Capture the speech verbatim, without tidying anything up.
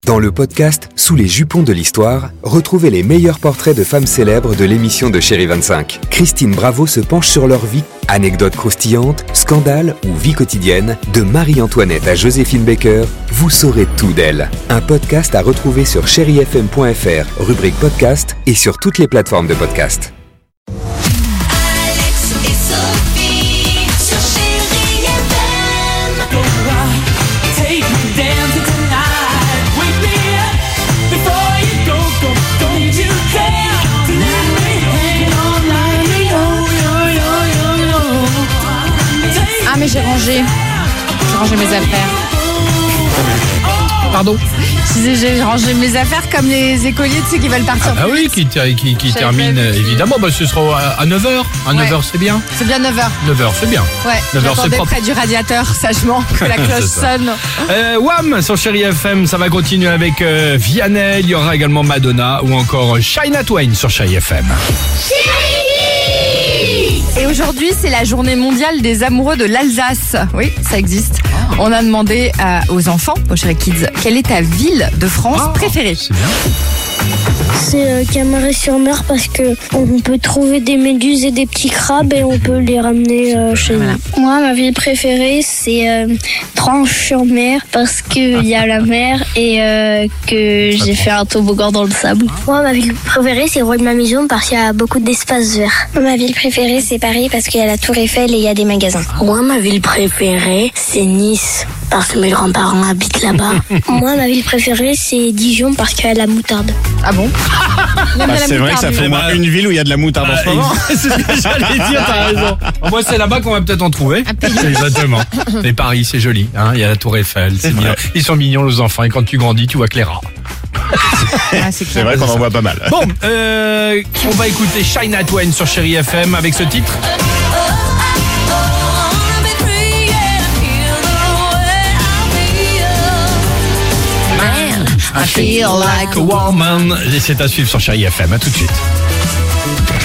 Dans le podcast Sous les jupons de l'histoire, retrouvez les meilleurs portraits de femmes célèbres de l'émission de Chérie vingt-cinq. Christine Bravo se penche sur leur vie, anecdotes croustillantes, scandales ou vie quotidienne, de Marie-Antoinette à Joséphine Baker, vous saurez tout d'elle. Un podcast à retrouver sur chéri f m point f r, rubrique podcast et sur toutes les plateformes de podcast. Alex et Sophie sur Chérie F M. Take me dancing tonight. Wake me up before you go, go. Don't you dare to let me hang on like yo, yo, yo, yo, yo. Ah mais j'ai rangé, j'ai rangé mes affaires. Pardon? Je disais, j'ai rangé mes affaires comme les écoliers, tu sais, qui veulent partir. Ah plus oui, vite. qui, ter- qui, qui J'avais termine pas vu. évidemment, bah, ce sera à, à neuf heures. À neuf heures, c'est bien. C'est bien neuf heures. neuf heures, c'est bien. Ouais, neuf heures, c'est j'attendais propre. près du radiateur, sagement, que la cloche C'est ça. sonne. Euh, Wham sur Chérie F M, ça va continuer avec euh, Vianney, il y aura également Madonna ou encore euh, Shania Twain sur Chérie F M. Et aujourd'hui, c'est la journée mondiale des amoureux de l'Alsace. Oui, ça existe. On a demandé à- aux enfants, aux Chérie Kids, quelle est ta ville de France Ah, préférée? C'est bien. C'est euh, Camaret-sur-Mer parce que on peut trouver des méduses et des petits crabes et on peut les ramener euh, chez Voilà. nous. Moi, ma ville préférée, c'est euh, Tranche-sur-Mer parce qu'il y a la mer et euh, que j'ai fait un toboggan dans le sable. Moi, ma ville préférée, c'est Rueil-Malmaison parce qu'il y a beaucoup d'espaces verts. Ma ville préférée, c'est Paris parce qu'il y a la Tour Eiffel et il y a des magasins. Moi, ma ville préférée, c'est Nice parce que mes grands-parents habitent là-bas. Moi, ma ville préférée, c'est Dijon parce qu'il y a la moutarde. Ah bon? Il aime Bah, bien la c'est vrai que ça moutarde, fait au lui. moins une ville où il y a de la moutarde en ce moment. c'est ce que j'allais dire, t'as raison. Moi, c'est là-bas qu'on va peut-être en trouver. Un pays. Exactement. Mais Paris, c'est joli. Hein, il y a la Tour Eiffel, c'est mignon. Ils sont mignons, les enfants. Et quand tu grandis, tu vois que les rats. Ah, c'est C'est clair. vrai qu'on en voit pas mal. Bon, euh, on va écouter Shania Twain sur Chérie F M avec ce titre. I feel like Woman. Et c'est à suivre sur Chérie F M. À tout de suite.